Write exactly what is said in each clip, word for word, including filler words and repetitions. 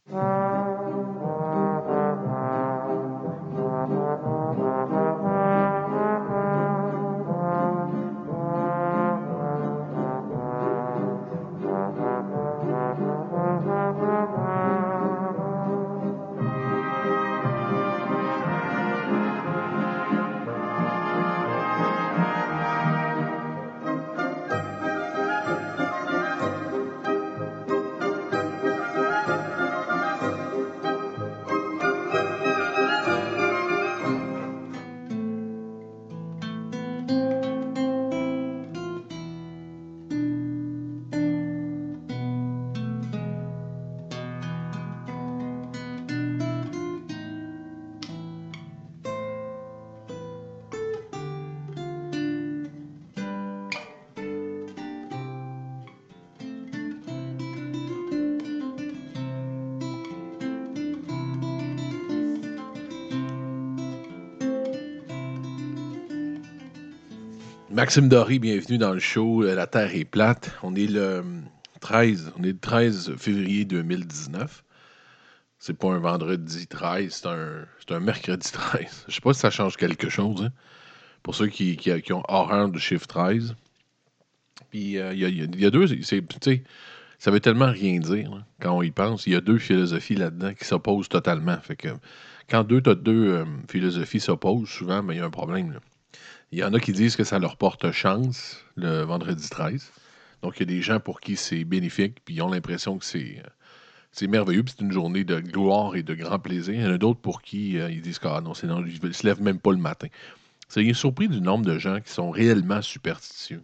Maxime Doré, bienvenue dans le show euh, La Terre est plate. On est le treize, on est le treize février deux mille dix-neuf. C'est pas un vendredi treize, c'est un, c'est un mercredi treize. Je sais pas si ça change quelque chose, hein, pour ceux qui, qui, qui ont horreur du chiffre treize. Puis il euh, y, a, y, a, y a deux, c'est, tu sais, ça veut tellement rien dire hein, quand on y pense. Il y a deux philosophies là-dedans qui s'opposent totalement. Fait que quand deux, t'as deux euh, philosophies s'opposent, souvent, ben, il y a un problème. Là. Il y en a qui disent que ça leur porte chance le vendredi treize. Donc, il y a des gens pour qui c'est bénéfique, puis ils ont l'impression que c'est, euh, c'est merveilleux, puis c'est une journée de gloire et de grand plaisir. Il y en a d'autres pour qui euh, ils disent que ah non, c'est non, ils ne se lèvent même pas le matin. C'est surpris du nombre de gens qui sont réellement superstitieux.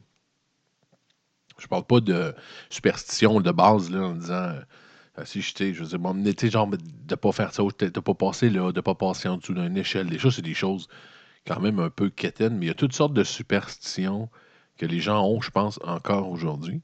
Je parle pas de superstition de base là, en disant euh, si j'étais, je veux dire, bon, tu sais, genre de pas faire ça, de pas passer là, de pas passer en dessous d'une échelle. Des choses, c'est des choses quand même un peu quétaines, mais il y a toutes sortes de superstitions que les gens ont, je pense, encore aujourd'hui.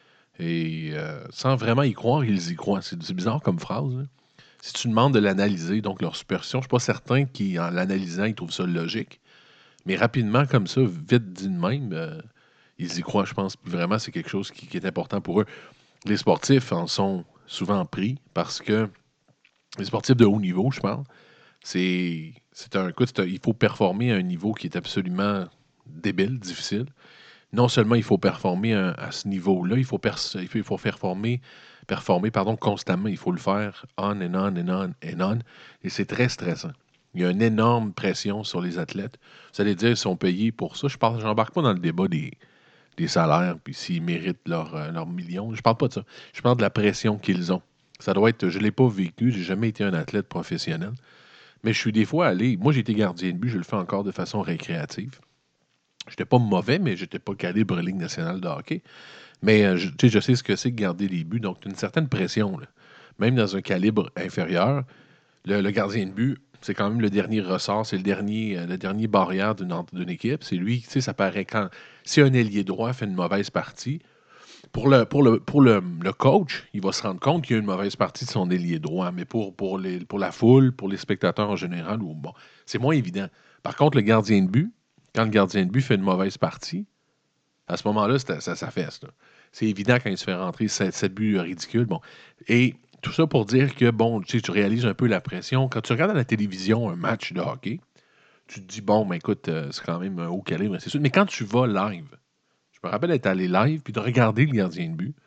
Et euh, sans vraiment y croire, ils y croient. C'est, c'est bizarre comme phrase. Là. Si tu demandes de l'analyser, donc leur superstition, je ne suis pas certain qu'en l'analysant, ils trouvent ça logique. Mais rapidement, comme ça, vite dit de même, euh, ils y croient, je pense. Vraiment, c'est quelque chose qui, qui est important pour eux. Les sportifs en sont souvent pris parce que les sportifs de haut niveau, je parle, c'est, c'est un coup, c'est un- il faut performer à un niveau qui est absolument débile, difficile. Non seulement il faut performer à, à ce niveau-là, il faut, pers- il faut, il faut performer, performer pardon, constamment. Il faut le faire on and on and on and on. Et c'est très stressant. Il y a une énorme pression sur les athlètes. Vous allez dire, ils sont payés pour ça. Je ne n'embarque pas dans le débat des, des salaires, puis s'ils méritent leurs euh, leurs millions. Je parle pas de ça. Je parle de la pression qu'ils ont. Ça doit être, je ne l'ai pas vécu, j'ai jamais été un athlète professionnel. Mais je suis des fois allé, moi j'ai été gardien de but, je le fais encore de façon récréative. Je n'étais pas mauvais, mais je n'étais pas calibre Ligue nationale de hockey. Mais euh, je, tu sais, je sais ce que c'est que garder les buts, donc une certaine pression. Là. Même dans un calibre inférieur, le, le gardien de but, c'est quand même le dernier ressort, c'est le dernier, euh, le dernier barrière d'une, ent- d'une équipe. C'est lui, tu sais, ça paraît quand. Si un ailier droit fait une mauvaise partie, pour le, pour le, pour le, le coach, il va se rendre compte qu'il y a une mauvaise partie de son ailier droit. Mais pour, pour, les, pour la foule, pour les spectateurs en général, ou bon, c'est moins évident. Par contre, le gardien de but, quand le gardien de but fait une mauvaise partie, à ce moment-là, c'est- ça s'affaisse. Là. C'est évident quand il se fait rentrer sept buts ridicules. Bon. Et tout ça pour dire que, bon, tu sais, tu réalises un peu la pression. Quand tu regardes à la télévision un match de hockey, tu te dis, bon, ben écoute, euh, c'est quand même un haut calibre, c'est sûr. Mais quand tu vas live, je me rappelle être allé live puis de regarder le gardien de but,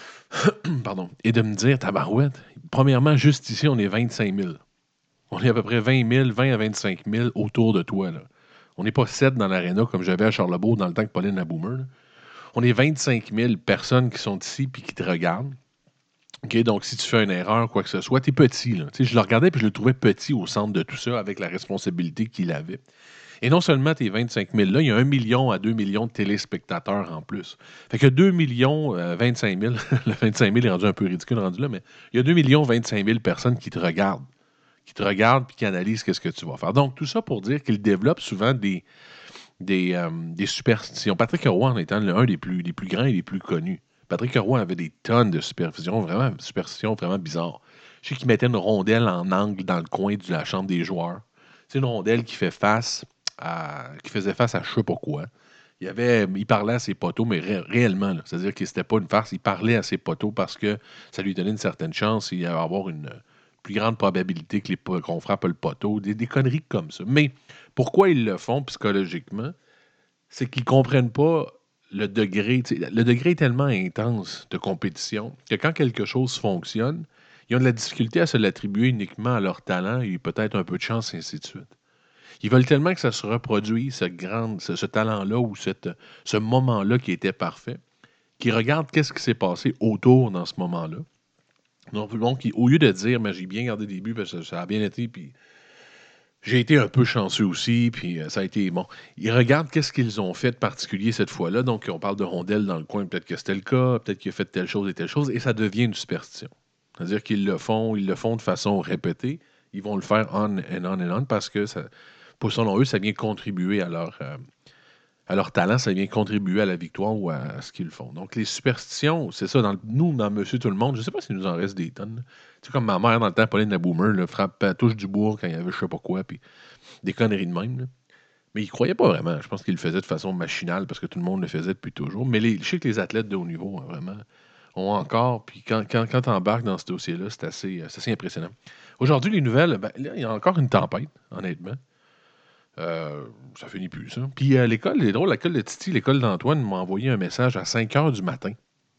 pardon, et de me dire, tabarouette, premièrement, juste ici, on est vingt-cinq mille. On est à peu près vingt mille, vingt à vingt-cinq mille autour de toi. Là. On n'est pas sept dans l'aréna comme j'avais à Charlebourg dans le temps que Pauline la Boomer. Là. On est vingt-cinq mille personnes qui sont ici et qui te regardent. OK, donc, si tu fais une erreur, quoi que ce soit, tu es petit. Là. Tu sais, je le regardais et je le trouvais petit au centre de tout ça avec la responsabilité qu'il avait. Et non seulement tes vingt-cinq mille là, il y a un million à deux millions de téléspectateurs en plus. Fait que deux millions euh, vingt-cinq mille, le vingt-cinq mille est rendu un peu ridicule rendu là, mais il y a deux millions vingt-cinq mille personnes qui te regardent, qui te regardent puis qui analysent qu'est-ce que tu vas faire. Donc, tout ça pour dire qu'ils développent souvent des, des, euh, des superstitions. Patrick Roy en étant l'un des plus, des plus grands et des plus connus. Patrick Roy avait des tonnes de superstitions, vraiment, superstitions vraiment bizarres. Je sais qu'il mettait une rondelle en angle dans le coin de la chambre des joueurs. C'est une rondelle qui fait face à, qui faisait face à je sais pas quoi. Il, y avait, il parlait à ses poteaux, mais ré- réellement, là, c'est-à-dire que c'était pas une farce. Il parlait à ses poteaux parce que ça lui donnait une certaine chance. Il allait avoir une, plus grande probabilité que les, po- qu'on frappe le poteau, des, des conneries comme ça. Mais pourquoi ils le font psychologiquement? C'est qu'ils ne comprennent pas le degré. tu sais, Le degré est tellement intense de compétition que quand quelque chose fonctionne, ils ont de la difficulté à se l'attribuer uniquement à leur talent et peut-être un peu de chance, et ainsi de suite. Ils veulent tellement que ça se reproduise, ce, grand, ce, ce talent-là ou cette, ce moment-là qui était parfait, qu'ils regardent qu'est-ce qui s'est passé autour dans ce moment-là. Donc, donc, ils- au lieu de dire, mais j'ai bien gardé des buts, parce que ça a bien été, puis j'ai été un peu chanceux aussi, puis euh, ça a été bon. Ils regardent qu'est-ce qu'ils ont fait de particulier cette fois-là. Donc, on parle de rondelles dans le coin, peut-être que c'était le cas, peut-être qu'il a fait telle chose et telle chose, et ça devient une superstition. C'est-à-dire qu'ils le font, ils le font de façon répétée. Ils vont le faire on and on and on parce que, ça, pour selon eux, ça vient contribuer à leur, euh, à leur talent, ça vient contribuer à la victoire ou à, à ce qu'ils font. Donc, les superstitions, c'est ça, dans le- nous, dans Monsieur Tout le Monde, je ne sais pas s'il nous en reste des tonnes. là. Tu sais, comme ma mère, dans le temps, Pauline la Boomer, là, frappe, elle touche du bois quand il y avait je sais pas quoi, puis des conneries de même. là. Mais ils ne croyaient pas vraiment. Je pense qu'ils le faisaient de façon machinale parce que tout le monde le faisait depuis toujours. Mais les, je sais que les athlètes de haut niveau, hein, vraiment, ont encore. Puis quand, quand, quand tu embarques dans ce dossier-là, c'est assez, c'est assez impressionnant. Aujourd'hui, les nouvelles, ben, là, il y a encore une tempête, honnêtement. Euh, ça finit plus, ça. Puis à l'école, c'est drôle, l'école de Titi, l'école d'Antoine m'a envoyé un message à cinq heures du matin.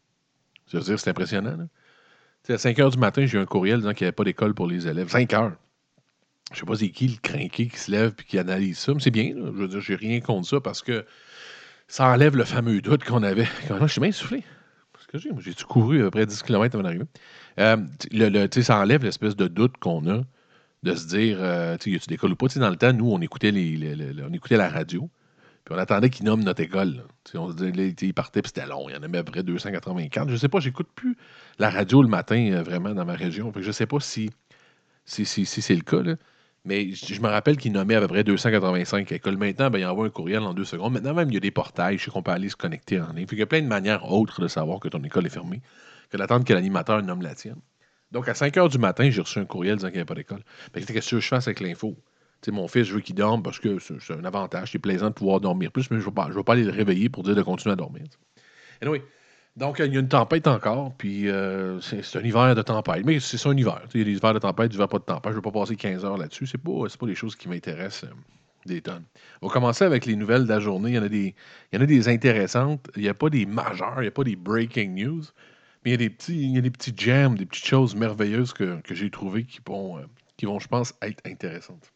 Je veux dire, c'est impressionnant. Là. Tu sais, à cinq heures du matin, j'ai eu un courriel disant qu'il n'y avait pas d'école pour les élèves. cinq heures. Je sais pas c'est qui le crinqué qui se lève et qui analyse ça, mais c'est bien. Là. Je veux dire, j'ai rien contre ça parce que ça enlève le fameux doute qu'on avait. Quand je suis bien soufflé. Parce que j'ai, moi, j'ai-tu couru à peu près dix kilomètres avant d'arriver? Euh, le, le- tu sais, ça enlève l'espèce de doute qu'on a de se dire, euh, tu sais, y a-tu d'école ou pas? Tu sais, dans le temps, nous, on écoutait, les, les- les- on écoutait la radio. Puis on attendait qu'ils nomment notre école. Là. Tu sais, on se disait, là, tu sais, ils partaient, puis c'était long. Il y en avait à peu près deux cent quatre-vingt-quatre. Je sais pas, j'écoute plus la radio le matin euh, vraiment dans ma région. Fait que je sais pas si, si, si, si c'est le cas. Là. Mais je je me rappelle qu'ils nommaient à peu près deux cent quatre-vingt-cinq écoles. Maintenant, ben, il envoie un courriel en deux secondes. Maintenant, même, il y a des portails. Je sais qu'on peut aller se connecter en ligne. Fait qu'il y a plein de manières autres de savoir que ton école est fermée que d'attendre que l'animateur nomme la tienne. Donc, à cinq heures du matin, j'ai reçu un courriel disant qu'il n'y avait pas d'école. Fait que qu'est-ce que je fasse avec l'info? Tu sais, mon fils, je veux qu'il dorme parce que c'est c'est un avantage. C'est plaisant de pouvoir dormir plus, mais je ne veux, pas- je veux pas aller le réveiller pour dire de continuer à dormir. tu sais. Anyway, donc, euh, il y a une tempête encore, puis euh, c'est c'est un hiver de tempête. Mais c'est ça un hiver. Tu sais, il y a des hivers de tempête, des hivers pas de tempête. Je ne veux pas passer quinze heures là-dessus. C'est pas, c'est pas les choses qui m'intéressent euh, des tonnes. On va commencer avec les nouvelles de la journée. Il y en a des, il y en a des intéressantes. Il n'y a pas des majeures, il n'y a pas des breaking news. Mais il y a des petits, il y a des petits gems, des petites choses merveilleuses que, que j'ai trouvées qui vont, euh, qui vont, je pense, être intéressantes.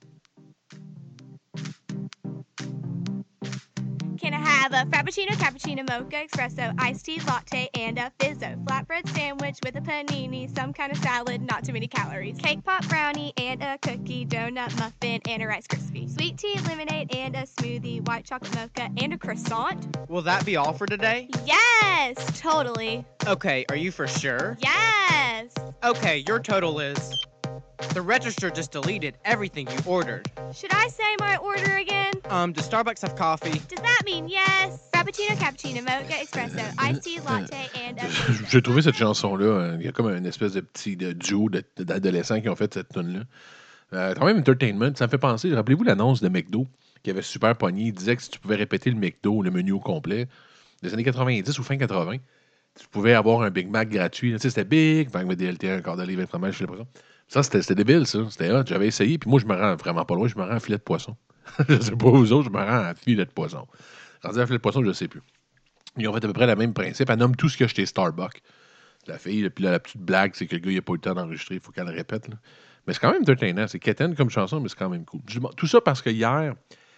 Can I have a frappuccino, cappuccino, mocha, espresso, iced tea, latte, and a fizzo? Flatbread sandwich with a panini, some kind of salad, not too many calories. Cake pop brownie and a cookie, donut muffin and a Rice Krispie. Sweet tea, lemonade and a smoothie, white chocolate mocha and a croissant. Will that be all for today? Yes, totally. Okay, are you for sure? Yes. Okay, your total is... The register just deleted everything you ordered. Should I say my order again? Um, does Starbucks have coffee? Does that mean yes? Frappuccino, cappuccino, mocha, espresso, iced tea, latte, and a fizzo. J'ai trouvé cette chanson-là. euh, Il y a comme une espèce de petit de duo de- d'adolescents qui ont fait cette tune-là. Euh, quand même, Entertainment, ça me fait penser. Rappelez-vous l'annonce de McDo qui avait super pogné. Il disait que si tu pouvais répéter le McDo, le menu au complet, des années quatre-vingt-dix ou fin quatre-vingts, tu pouvais avoir un Big Mac gratuit. Tu sais, c'était Big Mac, D L T, un quart de livre, un fromage, je sais pas ça. Ça, c'était c'était débile, ça. C'était hot. J'avais essayé, puis moi, je me rends vraiment pas loin. Je me rends à filet de poisson. Je sais pas vous autres, je me rends à filet de poisson. Rendu à filet de poisson, je sais plus. Ils ont fait à peu près le même principe. Elle nomme tout ce qu'il y a chez Starbucks. La fille, là, puis là, la petite blague, c'est que le gars, il n'a pas eu le temps d'enregistrer. Il faut qu'elle le répète. Là. Mais c'est quand même entertainant. C'est quétaine comme chanson, mais c'est quand même cool. Je- Tout ça parce que hier,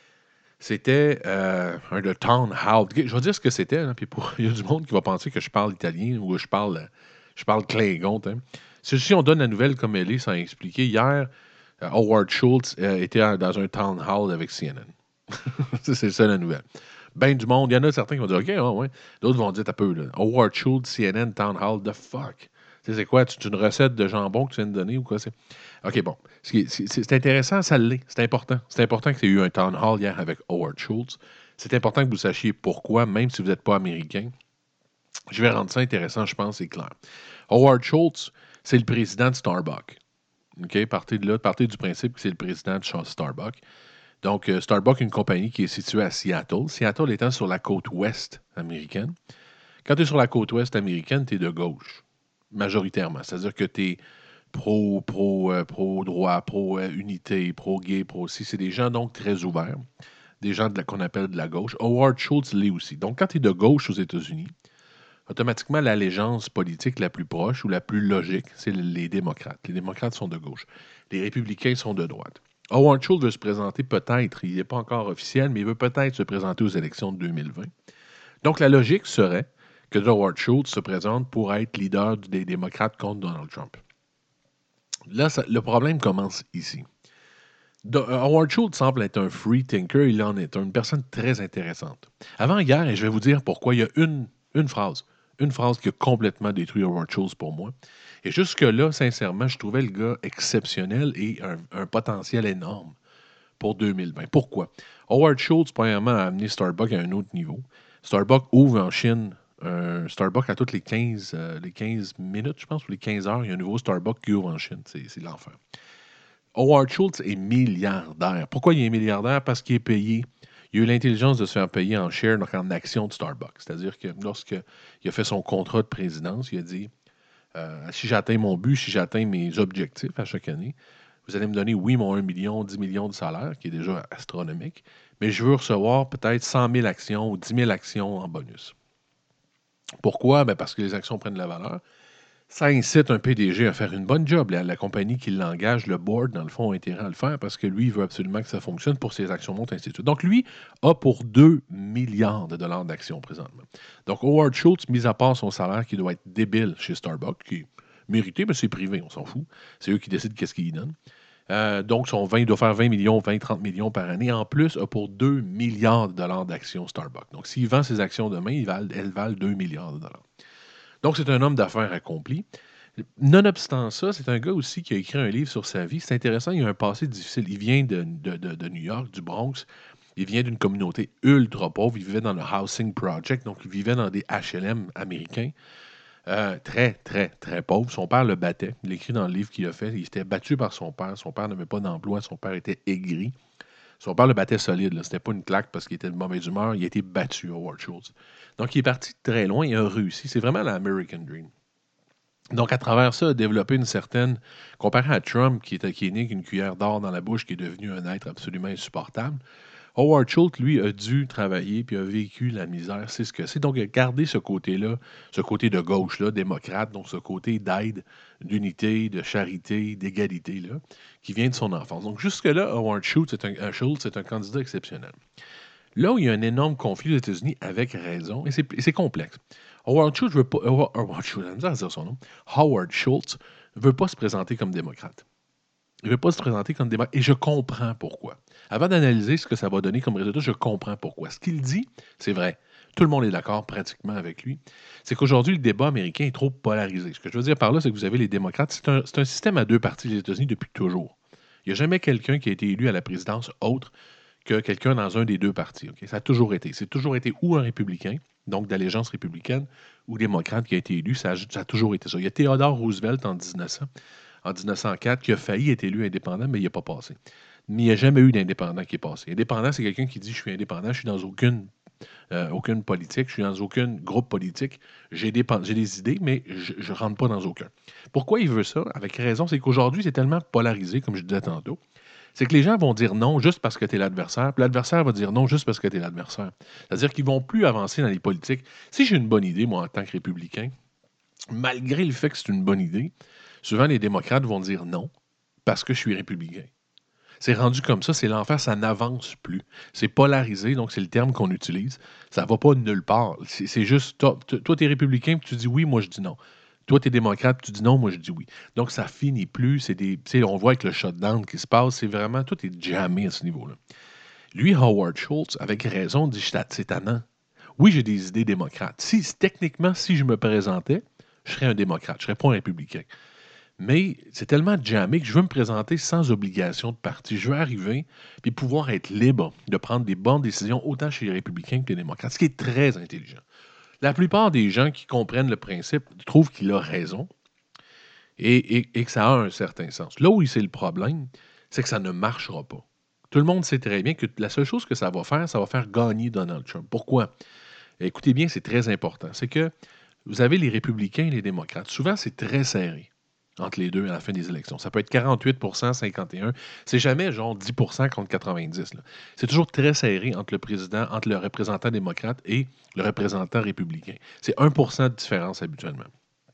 c'était euh, un de Town Hall. Je vais dire ce que c'était. Hein, puis pour- il y a du monde qui va penser que je parle italien ou que je parle, euh, je parle Klingon. Hein. Si si on donne la nouvelle comme elle est, sans expliquer, hier, euh, Howard Schultz euh, était en- dans un Town Hall avec C N N. Ça, c'est ça la nouvelle. Ben du monde. Il y en a certains qui vont dire OK, ouais, ouais. D'autres vont dire un peu. Là, Howard Schultz, C N N, Town Hall, the fuck. Tu sais, c'est quoi? C'est une recette de jambon que tu viens de donner ou quoi? C'est... OK, bon. Ce qui est- C'est c'est intéressant, ça l'est. C'est important. C'est important que tu aies eu un Town Hall hier avec Howard Schultz. C'est important que vous sachiez pourquoi, même si vous n'êtes pas américain. Je vais rendre ça intéressant, je pense, c'est clair. Howard Schultz, c'est le président de Starbucks. OK? Partez de là, partez du principe que c'est le président de Starbucks. Donc, euh, Starbucks est une compagnie qui est située à Seattle. Seattle étant sur la côte ouest américaine. Quand tu es sur la côte ouest américaine, tu es de gauche, majoritairement. C'est-à-dire que tu pro, pro, euh, pro-droit, pro-unité, pro-gay, pro-ci. C'est des gens donc très ouverts, des gens de la- qu'on appelle de la gauche. Howard Schultz l'est aussi. Donc, quand tu es de gauche aux États-Unis, automatiquement, l'allégeance politique la plus proche ou la plus logique, c'est les démocrates. Les démocrates sont de gauche. Les républicains sont de droite. Howard Schultz veut se présenter peut-être, il n'est pas encore officiel, mais il veut peut-être se présenter aux élections de deux mille vingt. Donc, la logique serait que Howard Schultz se présente pour être leader des démocrates contre Donald Trump. Là, ça- le problème commence ici. Do- Howard Schultz semble être un free thinker, il en est une personne très intéressante. Avant hier, et je vais vous dire pourquoi, il y a une, une phrase, une phrase qui a complètement détruit Howard Schultz pour moi. Et jusque-là, sincèrement, je trouvais le gars exceptionnel et un, un potentiel énorme pour deux mille vingt. Pourquoi? Howard Schultz, premièrement, a amené Starbucks à un autre niveau. Starbucks ouvre en Chine un Starbucks à toutes les quinze, euh, les quinze minutes, je pense, ou les quinze heures. Il y a un nouveau Starbucks qui ouvre en Chine. C'est, c'est l'enfer. Howard Schultz est milliardaire. Pourquoi il est milliardaire? Parce qu'il est payé. Il a eu l'intelligence de se faire payer en share, donc en action de Starbucks. C'est-à-dire que lorsqu'il a fait son contrat de présidence, il a dit euh, si j'atteins mon but, si j'atteins mes objectifs à chaque année, vous allez me donner, oui, mon un million, dix millions de salaire, qui est déjà astronomique, mais je veux recevoir peut-être cent mille actions ou dix mille actions en bonus. Pourquoi? Ben parce que les actions prennent de la valeur. Ça incite un P D G à faire une bonne job. La, la compagnie qui l'engage, le board, dans le fond, a intérêt à le faire parce que lui, il veut absolument que ça fonctionne pour ses actions montent, ainsi de suite. Donc, lui a pour deux milliards de dollars d'actions présentement. Donc, Howard Schultz, mis à part son salaire qui doit être débile chez Starbucks, qui est mérité, mais c'est privé, on s'en fout. C'est eux qui décident qu'est-ce qu'ils donnent. Euh, donc, son vingt, il doit faire vingt millions, vingt, trente millions par année. En plus, a pour deux milliards de dollars d'actions Starbucks. Donc, s'il vend ses actions demain, ils valent, elles valent deux milliards de dollars. Donc, c'est un homme d'affaires accompli. Nonobstant ça, c'est un gars aussi qui a écrit un livre sur sa vie. C'est intéressant, il a un passé difficile. Il vient de, de, de, de New York, du Bronx. Il vient d'une communauté ultra pauvre. Il vivait dans le Housing Project, donc il vivait dans des H L M américains. Euh, très, très, très pauvre. Son père le battait. Il écrit dans le livre qu'il a fait. Il était battu par son père. Son père n'avait pas d'emploi. Son père était aigri. Son père le battait solide. Là. C'était pas une claque parce qu'il était de mauvaise humeur. Il a été battu, Howard Schultz. Donc, il est parti de très loin et a réussi. C'est vraiment l'American Dream. Donc, à travers ça, a développé une certaine. Comparé à Trump, qui est, qui est né avec une cuillère d'or dans la bouche, qui est devenu un être absolument insupportable, Howard Schultz, lui, a dû travailler puis a vécu la misère. C'est ce que c'est. Donc, garder ce côté-là, ce côté de gauche-là, démocrate, donc ce côté d'aide, d'unité, de charité, d'égalité-là, qui vient de son enfance. Donc, jusque-là, Howard Schultz est un, un, Schultz est un candidat exceptionnel. Là où il y a un énorme conflit aux États-Unis, avec raison, et c'est, et c'est complexe. Howard Schultz veut pas. Howard Schultz, j'ai à dire son nom. Howard Schultz ne veut pas se présenter comme démocrate. Il ne veut pas se présenter comme démocrate. Et je comprends pourquoi. Avant d'analyser ce que ça va donner comme résultat, je comprends pourquoi. Ce qu'il dit, c'est vrai. Tout le monde est d'accord pratiquement avec lui. C'est qu'aujourd'hui, le débat américain est trop polarisé. Ce que je veux dire par là, c'est que vous avez les démocrates. C'est un, c'est un système à deux partis des États-Unis depuis toujours. Il n'y a jamais quelqu'un qui a été élu à la présidence autre que quelqu'un dans un des deux partis. Okay? Ça a toujours été. C'est toujours été ou un républicain, donc d'allégeance républicaine, ou démocrate qui a été élu. Ça a, ça a toujours été ça. Il y a Theodore Roosevelt en mille neuf cents, en dix-neuf cent quatre qui a failli être élu indépendant, mais il n'a pas passé. Mais il n'y a jamais eu d'indépendant qui est passé. Indépendant, c'est quelqu'un qui dit « je suis indépendant, je suis dans aucune, euh, aucune politique, je suis dans aucun groupe politique, j'ai des, j'ai des idées, mais je ne rentre pas dans aucun ». Pourquoi il veut ça? Avec raison, c'est qu'aujourd'hui, c'est tellement polarisé, comme je disais tantôt, c'est que les gens vont dire non juste parce que tu es l'adversaire, puis l'adversaire va dire non juste parce que tu es l'adversaire. C'est-à-dire qu'ils ne vont plus avancer dans les politiques. Si j'ai une bonne idée, moi, en tant que républicain, malgré le fait que c'est une bonne idée, souvent les démocrates vont dire non parce que je suis républicain. C'est rendu comme ça, c'est l'enfer, ça n'avance plus. C'est polarisé, donc c'est le terme qu'on utilise. Ça ne va pas nulle part. C'est, c'est juste, toi, toi tu es républicain, puis tu dis oui, moi je dis non. Toi, tu es démocrate, tu dis non, moi je dis oui. Donc, ça finit plus. C'est des, on voit avec le shutdown qui se passe, c'est vraiment, tout est jammé à ce niveau-là. Lui, Howard Schultz, avec raison, dit c'est tannant. Oui, j'ai des idées démocrates. Si, techniquement, si je me présentais, je serais un démocrate, je ne serais pas un républicain. Mais c'est tellement jammé que je veux me présenter sans obligation de parti. Je veux arriver et pouvoir être libre de prendre des bonnes décisions autant chez les républicains que les démocrates, ce qui est très intelligent. La plupart des gens qui comprennent le principe trouvent qu'il a raison et, et, et que ça a un certain sens. Là où c'est le problème, c'est que ça ne marchera pas. Tout le monde sait très bien que la seule chose que ça va faire, ça va faire gagner Donald Trump. Pourquoi? Écoutez bien, c'est très important. C'est que vous avez les républicains et les démocrates. Souvent, c'est très serré. entre les deux à la fin des élections. Ça peut être quarante-huit pour cent, cinquante et un pour cent. C'est jamais genre dix pour cent contre quatre-vingt-dix. Là. C'est toujours très serré entre le président, entre le représentant démocrate et le représentant républicain. C'est un pour cent de différence habituellement.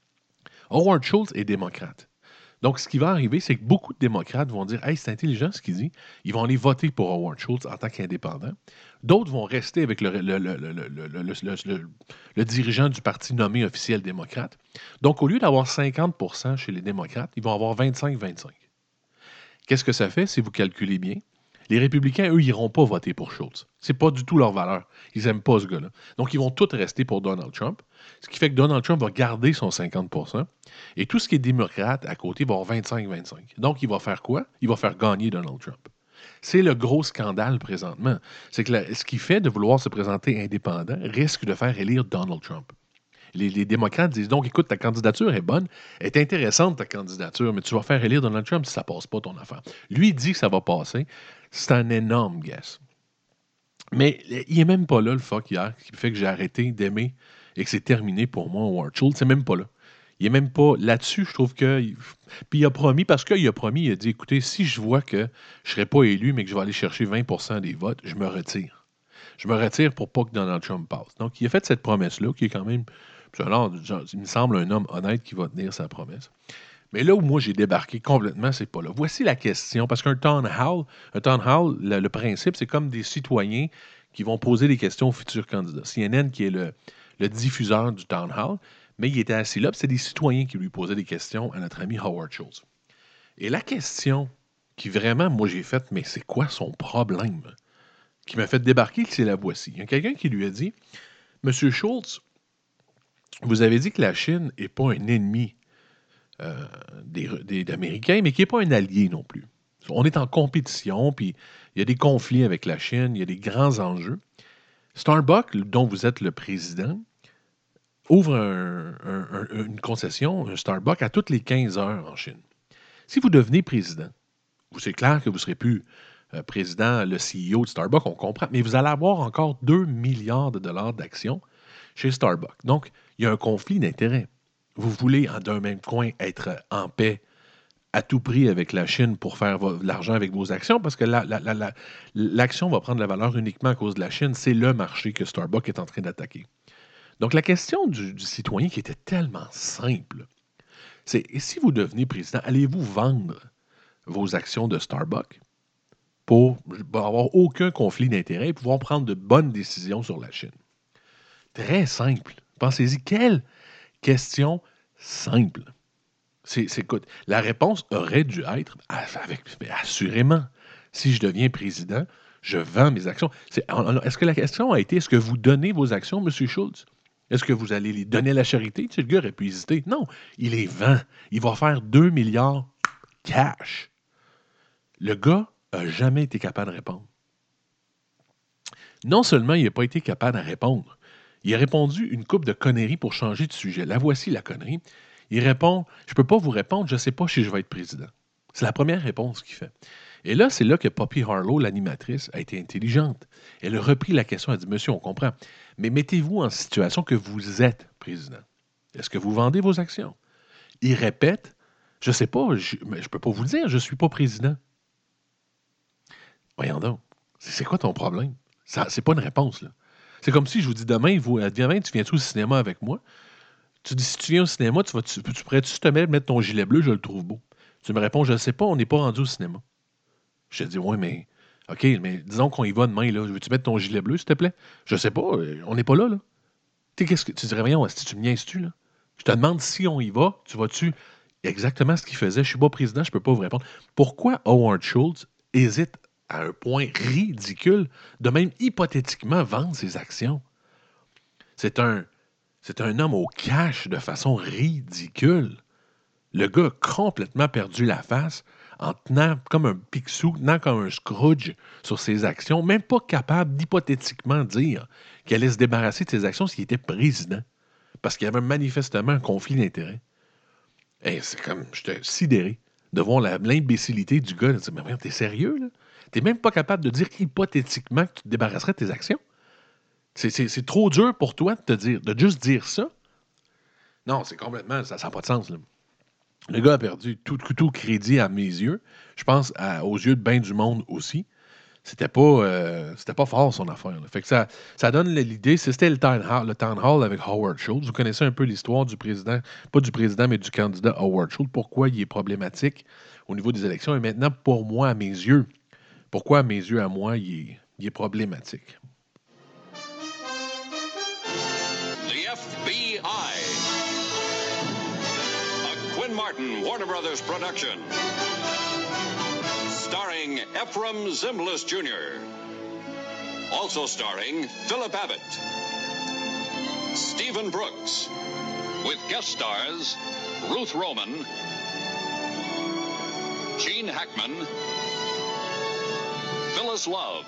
Howard Schultz est démocrate. Donc, ce qui va arriver, c'est que beaucoup de démocrates vont dire « Hey, c'est intelligent ce qu'il dit ». Ils vont aller voter pour Howard Schultz en tant qu'indépendant. D'autres vont rester avec le, le, le, le, le, le, le, le, le dirigeant du parti nommé officiel démocrate. Donc, au lieu d'avoir cinquante pour cent chez les démocrates, ils vont avoir vingt-cinq vingt-cinq. Qu'est-ce que ça fait si vous calculez bien? Les républicains, eux, ils n'iront pas voter pour Schultz. C'est pas du tout leur valeur. Ils n'aiment pas ce gars-là. Donc, ils vont tous rester pour Donald Trump. Ce qui fait que Donald Trump va garder son cinquante pour cent. Et tout ce qui est démocrate à côté va avoir vingt-cinq vingt-cinq. Donc, il va faire quoi? Il va faire gagner Donald Trump. C'est le gros scandale présentement. C'est que la, ce qui fait de vouloir se présenter indépendant risque de faire élire Donald Trump. Les, les démocrates disent donc, écoute, ta candidature est bonne, elle est intéressante ta candidature, mais tu vas faire élire Donald Trump si ça passe pas ton affaire. Lui, il dit que ça va passer. C'est un énorme guess. Mais il est même pas là, le fuck, hier, ce qui fait que j'ai arrêté d'aimer et que c'est terminé pour moi, Howard Schultz. C'est même pas là. Il est même pas là-dessus, je trouve que... Puis il a promis, parce qu'il a promis, il a dit, écoutez, si je vois que je ne serai pas élu, mais que je vais aller chercher vingt pour cent des votes, je me retire. Je me retire pour pas que Donald Trump passe. Donc, il a fait cette promesse-là, qui est quand même... Alors, il me semble un homme honnête qui va tenir sa promesse. Mais là où moi j'ai débarqué complètement, c'est pas là. Voici la question, parce qu'un town hall, un town hall, le, le principe, c'est comme des citoyens qui vont poser des questions aux futurs candidats. C N N qui est le, le diffuseur du town hall, mais il était assis là, puis c'est des citoyens qui lui posaient des questions à notre ami Howard Schultz. Et la question qui vraiment, moi j'ai faite, mais c'est quoi son problème? Qui m'a fait débarquer, c'est la voici. Il y a quelqu'un qui lui a dit, Monsieur Schultz, vous avez dit que la Chine n'est pas un ennemi euh, des, des Américains, mais qui n'est pas un allié non plus. On est en compétition, puis il y a des conflits avec la Chine, il y a des grands enjeux. Starbucks, dont vous êtes le président, ouvre un, un, un, une concession, un Starbucks, à toutes les quinze heures en Chine. Si vous devenez président, c'est clair que vous ne serez plus euh, président, le C E O de Starbucks, on comprend, mais vous allez avoir encore deux milliards de dollars d'actions chez Starbucks. Donc, il y a un conflit d'intérêts. Vous voulez, d'un même coin, être en paix à tout prix avec la Chine pour faire de l'argent avec vos actions, parce que la, la, la, la, l'action va prendre la valeur uniquement à cause de la Chine. C'est le marché que Starbucks est en train d'attaquer. Donc, la question du, du citoyen qui était tellement simple, c'est, et si vous devenez président, allez-vous vendre vos actions de Starbucks pour avoir aucun conflit d'intérêts et pouvoir prendre de bonnes décisions sur la Chine? Très simple. Pensez-y, quelle question simple. C'est, c'est, écoute, la réponse aurait dû être, avec, assurément, si je deviens président, je vends mes actions. C'est, est-ce que la question a été, est-ce que vous donnez vos actions, M. Schultz? Est-ce que vous allez les donner à la charité? Tu sais, le gars aurait pu hésiter. Non, il les vend. Il va faire deux milliards cash. Le gars n'a jamais été capable de répondre. Non seulement il n'a pas été capable de répondre, il a répondu une couple de conneries pour changer de sujet. La voici la connerie. Il répond « Je ne peux pas vous répondre, je ne sais pas si je vais être président. » C'est la première réponse qu'il fait. Et là, c'est là que Poppy Harlow, l'animatrice, a été intelligente. Elle a repris la question, elle a dit « Monsieur, on comprend, mais mettez-vous en situation que vous êtes président. Est-ce que vous vendez vos actions? » Il répète « Je ne sais pas, je ne peux pas vous le dire, je ne suis pas président. » Voyons donc, c'est quoi ton problème? Ce n'est pas une réponse, là. C'est comme si je vous dis demain, vous, demain, tu viens-tu au cinéma avec moi? Tu dis, si tu viens au cinéma, tu, vas, tu, tu pourrais-tu te mettre, mettre ton gilet bleu, je le trouve beau. Tu me réponds, je ne sais pas, on n'est pas rendu au cinéma. Je te dis, oui, mais, OK, mais disons qu'on y va demain, là. Veux-tu mettre ton gilet bleu, s'il te plaît? Je ne sais pas, on n'est pas là, là. Tu sais, qu'est-ce que tu dirais, voyons, si tu me niaises-tu, là? Je te demande si on y va, tu vas-tu exactement ce qu'il faisait? Je ne suis pas président, je ne peux pas vous répondre. Pourquoi Howard Schultz hésite à un point ridicule de même hypothétiquement vendre ses actions? C'est un, c'est un homme au cash de façon ridicule. Le gars a complètement perdu la face en tenant comme un Picsou, tenant comme un Scrooge sur ses actions, même pas capable d'hypothétiquement dire qu'il allait se débarrasser de ses actions s'il était président. Parce qu'il y avait manifestement un conflit d'intérêts. Hey, c'est comme, j'étais sidéré de voir la, l'imbécilité du gars. De dire, mais voyons, t'es sérieux, là? T'es même pas capable de dire hypothétiquement que tu te débarrasserais de tes actions? C'est, c'est, c'est trop dur pour toi de te dire, de juste dire ça? Non, c'est complètement, ça n'a pas de sens, là. Le gars a perdu tout, tout, tout crédit à mes yeux. Je pense à- aux yeux de bien du monde aussi. C'était pas, euh, c'était pas fort son affaire. Là. Fait que ça, ça donne l'idée, si c'était le town, hall, le town hall avec Howard Schultz. Vous connaissez un peu l'histoire du président, pas du président, mais du candidat Howard Schultz. Pourquoi il est problématique au niveau des élections. Et maintenant, pour moi, à mes yeux, pourquoi à mes yeux, à moi, il est, il est problématique. The F B I. A Quinn Martin, Warner Brothers production. Starring Ephraim Zimbalist Junior Also starring Philip Abbott, Stephen Brooks, with guest stars Ruth Roman, Gene Hackman, Phyllis Love.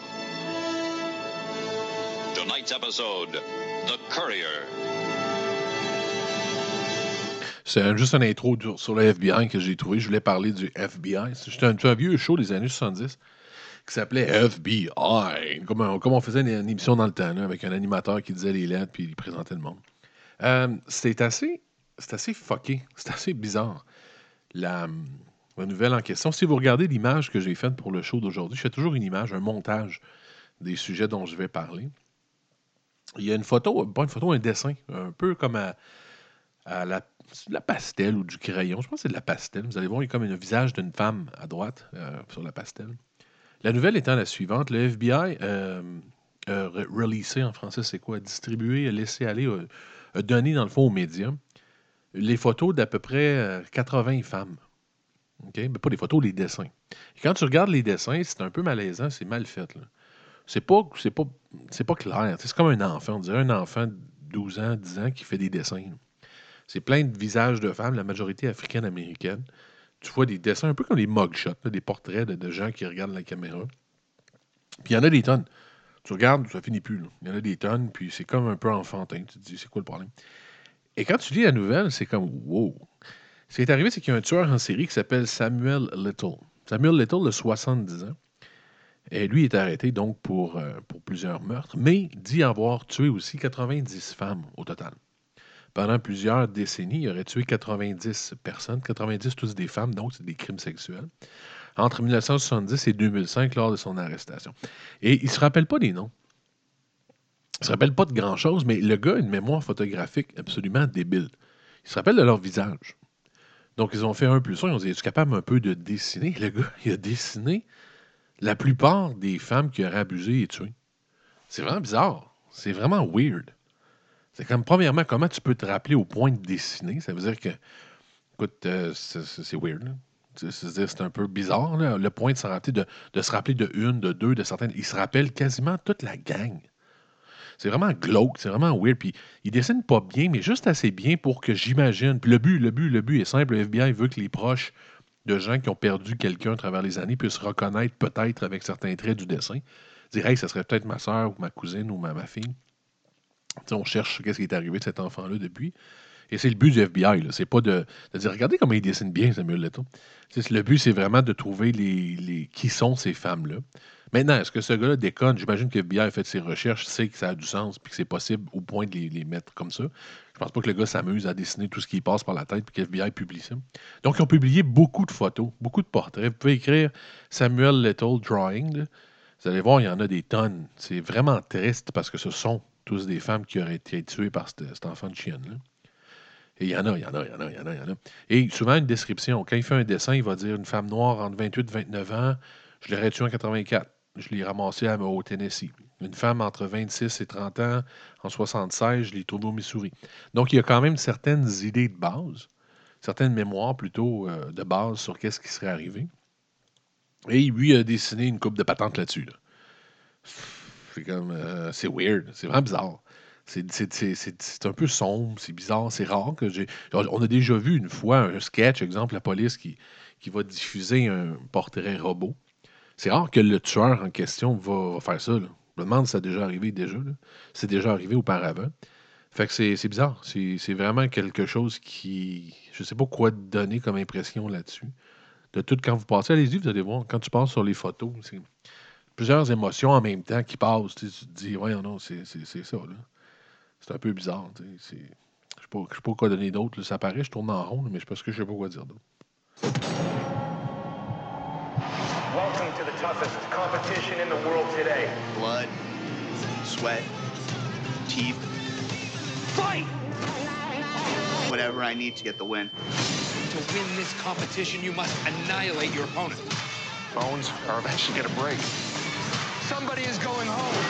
Tonight's episode, The Courier. C'est juste une intro sur le F B I que j'ai trouvé. Je voulais parler du F B I. C'était un, un vieux show des années soixante-dix qui s'appelait F B I. Comme on, comme on faisait une, une émission dans le temps, là, avec un animateur qui disait les lettres puis il présentait le monde. Euh, c'était assez, c'est assez fucké. C'est assez bizarre. La, la nouvelle en question. Si vous regardez l'image que j'ai faite pour le show d'aujourd'hui, je fais toujours une image, un montage des sujets dont je vais parler. Il y a une photo, pas une photo, un dessin, un peu comme à, à la, de la pastel ou du crayon. Je pense que c'est de la pastel. Vous allez voir, il y a comme un visage d'une femme à droite euh, sur la pastel. La nouvelle étant la suivante, le F B I euh, a releasé, en français c'est quoi, distribué, laissé aller, a, a donné dans le fond aux médias les photos d'à peu près euh, quatre-vingts femmes. Okay? Mais pas les photos, les dessins. Et quand tu regardes les dessins, c'est un peu malaisant, c'est mal fait. Là. C'est pas, c'est pas, c'est pas clair. C'est comme un enfant. On dirait un enfant de douze ans, dix ans qui fait des dessins. Là. C'est plein de visages de femmes, la majorité africaine-américaine. Tu vois des dessins un peu comme des mugshots, là, des portraits de, de gens qui regardent la caméra. Puis il y en a des tonnes. Tu regardes, ça finit plus. Là. Il y en a des tonnes, puis c'est comme un peu enfantin. Tu te dis, c'est quoi le problème? Et quand tu lis la nouvelle, c'est comme, wow. Ce qui est arrivé, c'est qu'il y a un tueur en série qui s'appelle Samuel Little. Samuel Little a soixante-dix ans. Et lui est arrêté donc pour, euh, pour plusieurs meurtres, mais dit avoir tué aussi quatre-vingt-dix femmes au total. Pendant plusieurs décennies, il aurait tué quatre-vingt-dix personnes, quatre-vingt-dix tous des femmes, donc c'est des crimes sexuels, entre mille neuf cent soixante-dix et deux mille cinq lors de son arrestation. Et il ne se rappelle pas des noms. Il ne se rappelle pas de grand-chose, mais le gars a une mémoire photographique absolument débile. Il se rappelle de leur visage. Donc, ils ont fait un plus un. Ils ont dit, es-tu capable un peu de dessiner? Le gars, il a dessiné la plupart des femmes qui auraient abusé et tué. C'est vraiment bizarre. C'est vraiment weird. C'est comme, premièrement, comment tu peux te rappeler au point de dessiner? Ça veut dire que, écoute, euh, c'est, c'est weird. Là. C'est, c'est, c'est un peu bizarre, là, le point de se rappeler de, de se rappeler de une, de deux, de certaines. Il se rappelle quasiment toute la gang. C'est vraiment glauque, c'est vraiment weird. Puis il dessine pas bien, mais juste assez bien pour que j'imagine. Puis le but, le but, le but est simple. Le F B I veut que les proches de gens qui ont perdu quelqu'un à travers les années puissent reconnaître peut-être avec certains traits du dessin. Dire, hey, ça serait peut-être ma soeur ou ma cousine ou ma, ma fille. T'sais, on cherche qu'est-ce qui est arrivé de cet enfant-là depuis. Et c'est le but du F B I. Là. C'est pas de, de dire, regardez comment il dessine bien Samuel Letton. T'sais, le but, c'est vraiment de trouver les, les, qui sont ces femmes-là. Maintenant, est-ce que ce gars-là déconne? J'imagine que le F B I a fait ses recherches, sait que ça a du sens puis que c'est possible au point de les, les mettre comme ça. Je pense pas que le gars s'amuse à dessiner tout ce qui passe par la tête puis que le F B I publie ça. Donc, ils ont publié beaucoup de photos, beaucoup de portraits. Vous pouvez écrire Samuel Little Drawing. Là. Vous allez voir, il y en a des tonnes. C'est vraiment triste parce que ce sont tous des femmes qui auraient été tuées par cet, cet enfant de chienne-là. Et il y en a, il y en a, il y en a, il y en a, il y en a. Et souvent, une description. Quand il fait un dessin, il va dire une femme noire entre vingt-huit et vingt-neuf ans, je l'aurais tuée en quatre-vingt-quatre. Je l'ai ramassée à, au Tennessee. Une femme entre vingt-six et trente ans, en soixante-seize, je l'ai trouvée au Missouri. Donc, il y a quand même certaines idées de base, certaines mémoires plutôt euh, de base sur qu'est-ce qui serait arrivé. Et lui a dessiné une coupe de patentes là-dessus. Là. C'est comme, euh, c'est weird, c'est vraiment bizarre. C'est, c'est, c'est, c'est, c'est un peu sombre, c'est bizarre, c'est rare que j'ai. On a déjà vu une fois un sketch, exemple, la police qui, qui va diffuser un portrait robot. C'est rare que le tueur en question va, va faire ça. Là. Je me demande si ça a déjà arrivé déjà. Là. C'est déjà arrivé auparavant. Fait que c'est, c'est bizarre. C'est, c'est vraiment quelque chose qui. Je sais pas quoi donner comme impression là-dessus. De tout, quand vous passez, allez-y, vous allez voir. Quand tu passes sur les photos, c'est plusieurs émotions en même temps qui passent. Tu, sais, tu te dis, ouais, non, c'est, c'est, c'est ça. Là. C'est un peu bizarre. Tu sais, c'est... Je pas, je sais pas quoi donner d'autre. Là. Ça paraît, je tourne en rond, mais parce que je sais pas quoi dire d'autre. Welcome to the toughest competition in the world today. Blood, sweat, teeth. Fight! Whatever I need to get the win. To win this competition, you must annihilate your opponent. Bones are eventually gonna break. Somebody is going home.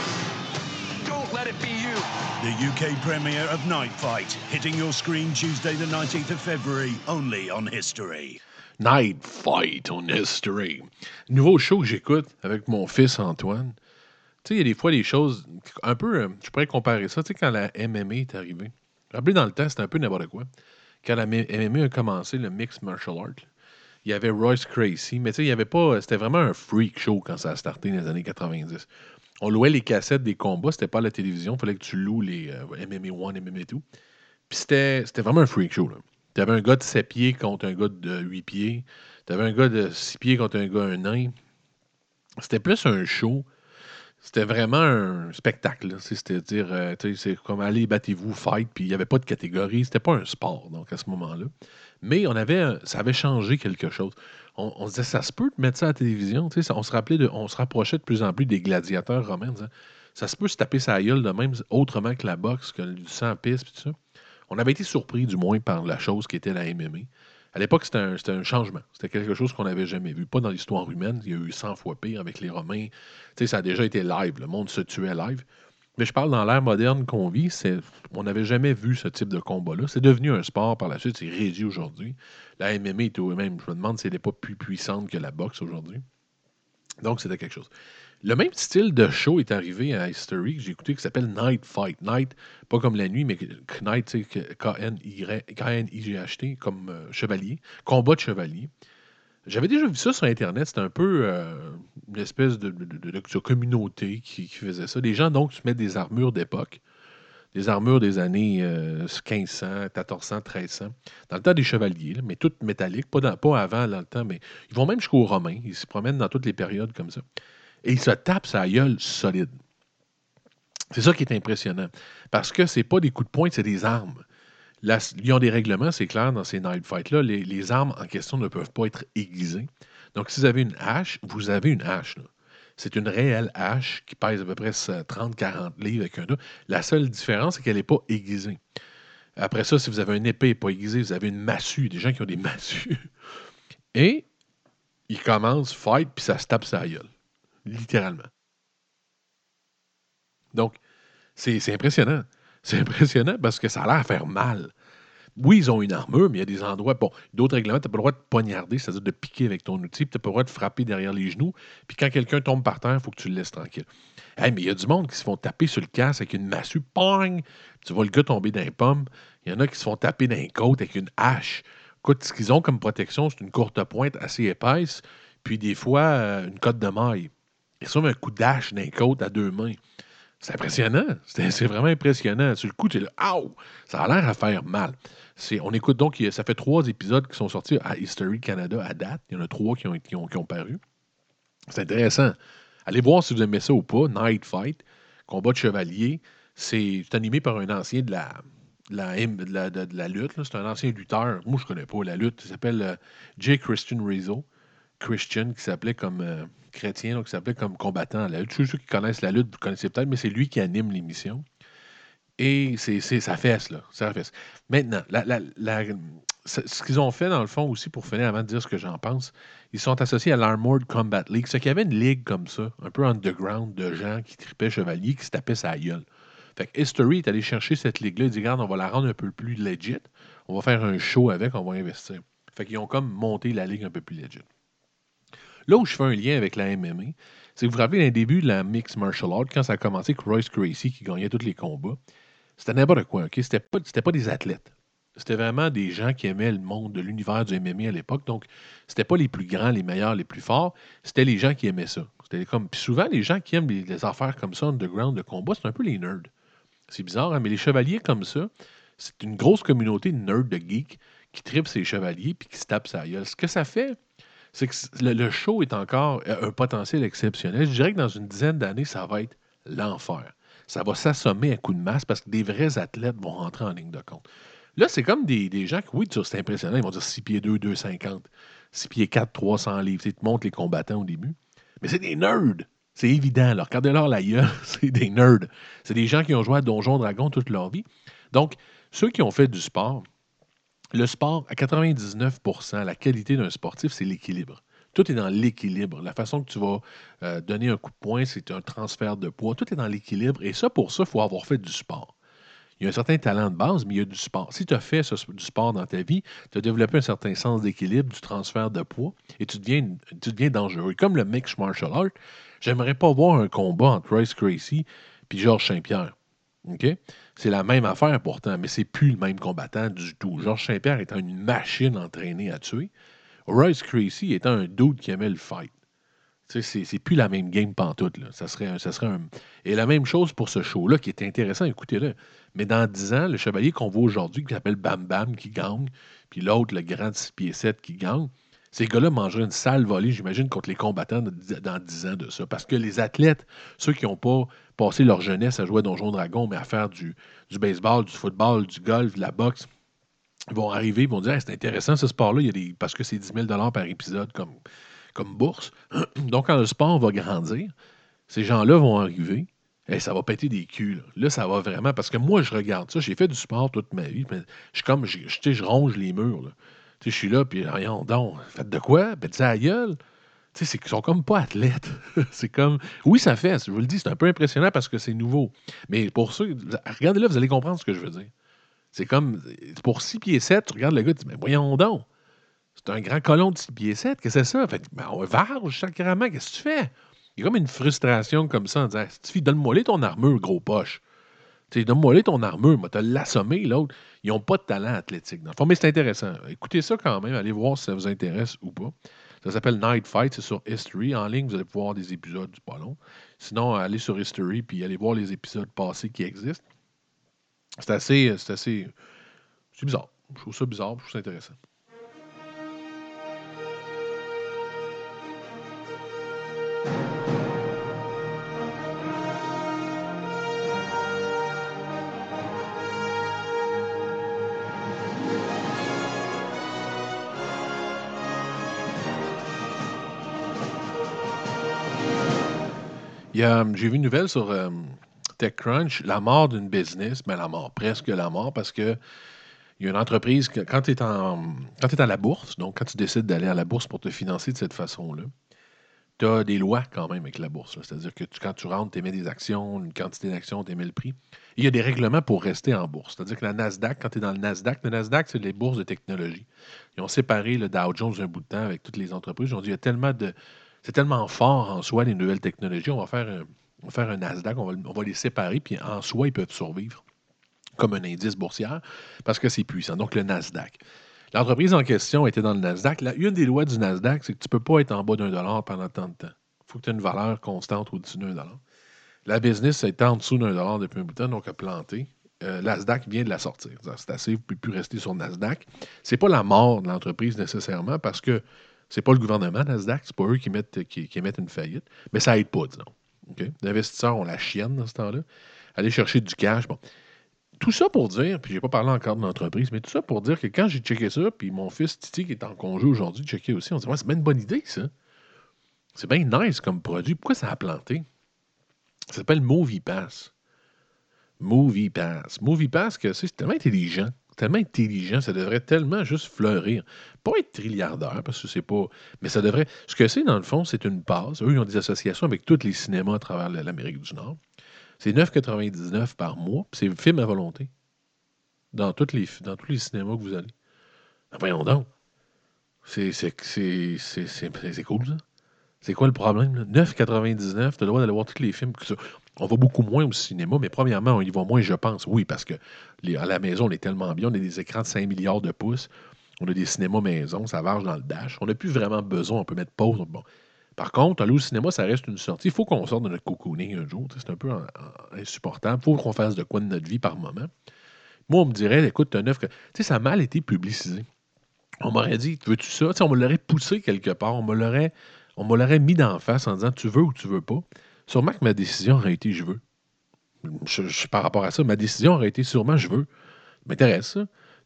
Don't let it be you. The U K premiere of Night Fight, hitting your screen Tuesday the nineteenth of February, only on History. Night Fight on History. Nouveau show que j'écoute avec mon fils Antoine. Tu sais, il y a des fois des choses un peu... Euh, je pourrais comparer ça. Tu sais, quand la M M A est arrivée, rappelez dans le temps, c'était un peu n'importe quoi. Quand la M M A a commencé, le Mixed Martial Art, là, il y avait Royce Gracie, mais tu sais, il y avait pas... C'était vraiment un freak show quand ça a starté dans les années quatre-vingt-dix. On louait les cassettes des combats, c'était pas à la télévision, il fallait que tu loues les euh, M M A un, M M A deux. Puis c'était, c'était vraiment un freak show, là. Tu avais un gars de sept pieds contre un gars de huit pieds. Tu avais un gars de six pieds contre un gars un nain. C'était plus un show. C'était vraiment un spectacle. C'est-à-dire, euh, c'est comme allez, battez-vous, fight. Puis il n'y avait pas de catégorie. C'était pas un sport, donc, à ce moment-là. Mais on avait, ça avait changé quelque chose. On, on se disait, ça se peut de mettre ça à la télévision. Ça, on, se rappelait de, on se rapprochait de plus en plus des gladiateurs romains. Disant, ça se peut se taper sa gueule de même, autrement que la boxe, que du sang pisse, puis tout ça. On avait été surpris, du moins, par la chose qui était la M M A. À l'époque, c'était un, c'était un changement. C'était quelque chose qu'on n'avait jamais vu. Pas dans l'histoire humaine. Il y a eu cent fois pire avec les Romains. Tu sais, ça a déjà été live. Le monde se tuait live. Mais je parle dans l'ère moderne qu'on vit. C'est, on n'avait jamais vu ce type de combat-là. C'est devenu un sport par la suite. C'est réduit aujourd'hui. La M M A est au même. Je me demande si elle n'est pas plus puissante que la boxe aujourd'hui. Donc, c'était quelque chose. Le même style de show est arrivé à History que j'ai écouté qui s'appelle Night Fight. Night, pas comme la nuit, mais Knight, K N I G H T, comme euh, chevalier. Combat de chevalier. J'avais déjà vu ça sur Internet. C'était un peu euh, une espèce de, de, de, de, de communauté qui, qui faisait ça. Les gens, donc, se mettent des armures d'époque. Des armures des années euh, quinze cents, quatorze cents, treize cents. Dans le temps des chevaliers, là, mais toutes métalliques. Pas, dans, pas avant, dans le temps, mais ils vont même jusqu'aux Romains. Ils se promènent dans toutes les périodes comme ça. Et ils se tapent sa gueule solide. C'est ça qui est impressionnant. Parce que c'est pas des coups de poing, c'est des armes. Là, ils ont des règlements, c'est clair, dans ces Night Fights-là. Les, les armes en question ne peuvent pas être aiguisées. Donc, si vous avez une hache, vous avez une hache. Là. C'est une réelle hache qui pèse à peu près trente à quarante livres avec un dos. La seule différence, c'est qu'elle n'est pas aiguisée. Après ça, si vous avez une épée pas aiguisée, vous avez une massue. Des gens qui ont des massues. Et ils commencent fight, puis ça se tape sa gueule. Littéralement. Donc, c'est, c'est impressionnant. C'est impressionnant parce que ça a l'air à faire mal. Oui, ils ont une armure, mais il y a des endroits... Bon, d'autres règlements, tu n'as pas le droit de poignarder, c'est-à-dire de piquer avec ton outil, puis tu n'as pas le droit de frapper derrière les genoux, puis quand quelqu'un tombe par terre, il faut que tu le laisses tranquille. Hey, mais il y a du monde qui se font taper sur le casque avec une massue, pong! Tu vois le gars tomber dans les pommes. Il y en a qui se font taper dans les côtes avec une hache. Écoute, ce qu'ils ont comme protection, c'est une courte pointe assez épaisse, puis des fois, euh, une cotte de maille. Ils reçoivent un coup d'hache dans les côtes à deux mains. C'est impressionnant. C'est, c'est vraiment impressionnant. Sur le coup, tu es là, aouh! Ça a l'air à faire mal. C'est, on écoute donc, ça fait trois épisodes qui sont sortis à History Canada à date. Il y en a trois qui ont, qui ont, qui ont paru. C'est intéressant. Allez voir si vous aimez ça ou pas. Night Fight, combat de chevalier. C'est, c'est animé par un ancien de la, de la, de la, de, de la lutte. Là. C'est un ancien lutteur. Moi, je ne connais pas la lutte. Il s'appelle euh, J. Christian Rizzo. Christian, qui s'appelait comme euh, chrétien, donc qui s'appelait comme combattant à la lutte. Je suis sûr qu'ils connaissent la lutte, vous connaissez peut-être, mais c'est lui qui anime l'émission. Et c'est, c'est sa fesse, là. Ça fesse. Maintenant, la, la, la, ce qu'ils ont fait, dans le fond, aussi, pour finir, avant de dire ce que j'en pense, ils sont associés à l'Armored Combat League. C'est qu'il y avait une ligue comme ça, un peu underground, de gens qui tripaient chevalier, qui se tapaient sa gueule. Fait que History est allé chercher cette ligue-là. Il dit, regarde, on va la rendre un peu plus legit. On va faire un show avec, on va investir. Fait qu'ils ont comme monté la ligue un peu plus legit. Là où je fais un lien avec la M M A, c'est que vous vous rappelez, dans début de la Mixed Martial Art, quand ça a commencé avec Royce Gracie qui gagnait tous les combats, c'était n'importe quoi, OK? C'était pas, c'était pas des athlètes. C'était vraiment des gens qui aimaient le monde de l'univers du M M A à l'époque. Donc, c'était pas les plus grands, les meilleurs, les plus forts. C'était les gens qui aimaient ça. C'était comme... Puis souvent, les gens qui aiment les, les affaires comme ça, underground, de combat, c'est un peu les nerds. C'est bizarre, hein? Mais les chevaliers comme ça, c'est une grosse communauté de nerds, de geeks, qui tripent ces chevaliers puis qui se tapent sa gueule. Ce que ça fait... c'est que le, le show est encore un potentiel exceptionnel. Je dirais que dans une dizaine d'années, ça va être l'enfer. Ça va s'assommer à coups de masse parce que des vrais athlètes vont rentrer en ligne de compte. Là, c'est comme des, des gens qui, oui, tu- c'est impressionnant, ils vont dire six pieds deux, deux cinquante, six pieds quatre, trois cents livres. Tu sais, ils te montrent les combattants au début. Mais c'est des nerds. C'est évident. Là. Regardez-leur la gueule, c'est des nerds. C'est des gens qui ont joué à Donjon Dragon toute leur vie. Donc, ceux qui ont fait du sport, le sport, à quatre-vingt-dix-neuf pour cent, la qualité d'un sportif, c'est l'équilibre. Tout est dans l'équilibre. La façon que tu vas euh, donner un coup de poing, c'est un transfert de poids. Tout est dans l'équilibre. Et ça, pour ça, il faut avoir fait du sport. Il y a un certain talent de base, mais il y a du sport. Si tu as fait ce- du sport dans ta vie, tu as développé un certain sens d'équilibre, du transfert de poids, et tu deviens, tu deviens dangereux. Comme le mix martial art, j'aimerais pas voir un combat entre Royce Gracie et Georges Saint-Pierre. OK? C'est la même affaire pourtant, mais c'est plus le même combattant du tout. Georges Saint-Pierre étant une machine entraînée à tuer, Royce Gracie étant un dude qui aimait le fight. Tu sais, c'est, c'est plus la même game pantoute. Là. Ça serait, un- ça serait un... Et la même chose pour ce show-là qui est intéressant, écoutez-le. Mais dans dix ans, le chevalier qu'on voit aujourd'hui, qui s'appelle Bam Bam, qui gagne, puis l'autre, le grand de six pieds sept, qui gagne, ces gars-là mangeraient une sale volée, j'imagine, contre les combattants de dix- dans dix ans de ça. Parce que les athlètes, ceux qui n'ont pas passé leur jeunesse à jouer à Donjon Dragon, mais à faire du, du baseball, du football, du golf, de la boxe, ils vont arriver, ils vont dire hey, c'est intéressant ce sport-là, il y a des... parce que c'est dix mille par épisode comme, comme bourse. Donc, quand le sport va grandir, ces gens-là vont arriver et ça va péter des culs. Là. Là, ça va vraiment. Parce que moi, je regarde ça. J'ai fait du sport toute ma vie. Mais je suis comme, je, je, tu sais, je ronge les murs. Là. Tu sais, je suis là, puis rien donc. Faites de quoi? Ben, dis à la gueule. Tu sais, c'est qu'ils sont comme pas athlètes. C'est comme. Oui, ça fait. Je vous le dis, c'est un peu impressionnant parce que c'est nouveau. Mais pour ça, regardez là, vous allez comprendre ce que je veux dire. C'est comme. Pour six pieds sept, tu regardes le gars, tu dis, mais voyons donc. C'est un grand colon de six pieds sept. Qu'est-ce que c'est ça? Fait, ben, on varge, sacrément. Qu'est-ce que tu fais? Il y a comme une frustration comme ça en disant Stifi, donne-moi les ton armure, gros poche. Tu sais, donne-moi les ton armure, moi, t'as l'assommé, l'autre. Ils n'ont pas de talent athlétique. Dans le fond, mais c'est intéressant. Écoutez ça quand même, allez voir si ça vous intéresse ou pas. Ça s'appelle Night Fight, c'est sur History. En ligne, vous allez pouvoir voir des épisodes du pas long. Sinon, allez sur History puis allez voir les épisodes passés qui existent. C'est assez. C'est assez. C'est bizarre. Je trouve ça bizarre, je trouve ça intéressant. Il y a, j'ai vu une nouvelle sur euh, TechCrunch, la mort d'une business, mais la mort, presque la mort, parce que il y a une entreprise, que, quand tu es, en, quand tu es à la bourse, donc quand tu décides d'aller à la bourse pour te financer de cette façon-là, tu as des lois quand même avec la bourse. Là. C'est-à-dire que tu- quand tu rentres, tu émets des actions, une quantité d'actions, tu émets le prix. Et il y a des règlements pour rester en bourse. C'est-à-dire que la Nasdaq, quand tu es dans le Nasdaq, le Nasdaq, c'est les bourses de technologie. Ils ont séparé le Dow Jones un bout de temps avec toutes les entreprises. Ils ont dit, il y a tellement de... C'est tellement fort en soi, les nouvelles technologies, on va faire un, on va faire un Nasdaq, on va, le- on va les séparer, puis en soi, ils peuvent survivre comme un indice boursier parce que c'est puissant. Donc, le Nasdaq. L'entreprise en question était dans le Nasdaq. La, une des lois du Nasdaq, c'est que tu ne peux pas être en bas d'un dollar pendant tant de temps. Il faut que tu aies une valeur constante au-dessus d'un dollar. La business est en dessous d'un dollar depuis un bout de temps, donc a planté. Euh, Nasdaq vient de la sortir. C'est assez, vous ne pouvez plus rester sur Nasdaq. Ce n'est pas la mort de l'entreprise nécessairement parce que c'est pas le gouvernement Nasdaq, c'est pas eux qui, mettent, qui, qui émettent une faillite, mais ça aide pas, disons. Okay? Les investisseurs ont la chienne dans ce temps-là. Aller chercher du cash. Bon. Tout ça pour dire, puis j'ai pas parlé encore de l'entreprise, mais tout ça pour dire que quand j'ai checké ça, puis mon fils Titi qui est en congé aujourd'hui, checké aussi, on dit ouais, c'est bien une bonne idée, ça. C'est bien nice comme produit. Pourquoi ça a planté? Ça s'appelle MoviePass. MoviePass. MoviePass, que c'est tellement intelligent. Tellement intelligent, ça devrait tellement juste fleurir. Pas être trilliardaire, parce que c'est pas. Mais ça devrait. Ce que c'est, dans le fond, c'est une passe. Eux, ils ont des associations avec tous les cinémas à travers l'Amérique du Nord. C'est neuf virgule quatre-vingt-dix-neuf par mois, puis c'est film à volonté. Dans, toutes les, dans tous les cinémas que vous allez. Ben voyons donc. C'est, c'est, c'est, c'est, c'est, c'est cool, ça. C'est quoi le problème? Là? neuf virgule quatre-vingt-dix-neuf, tu as le droit d'aller voir tous les films. Que ça. On va beaucoup moins au cinéma, mais premièrement, on y va moins, je pense. Oui, parce que les, à la maison, on est tellement bien. On a des écrans de cinq milliards de pouces. On a des cinémas maison. Ça varge dans le dash. On n'a plus vraiment besoin. On peut mettre pause. Bon. Par contre, aller au cinéma, ça reste une sortie. Il faut qu'on sorte de notre cocooning un jour. C'est un peu en, en, insupportable. Il faut qu'on fasse de quoi de notre vie par moment. Moi, on me dirait, écoute, t'as neuf. Tu sais, ça a mal été publicisé. On m'aurait dit, veux-tu ça? T'sais, on me l'aurait poussé quelque part. On me l'aurait, on me l'aurait mis d'en face en disant, tu veux ou tu veux pas. Sûrement que ma décision aurait été, je veux. Je, je, par rapport à ça, ma décision aurait été sûrement, je veux. Ça m'intéresse, ça.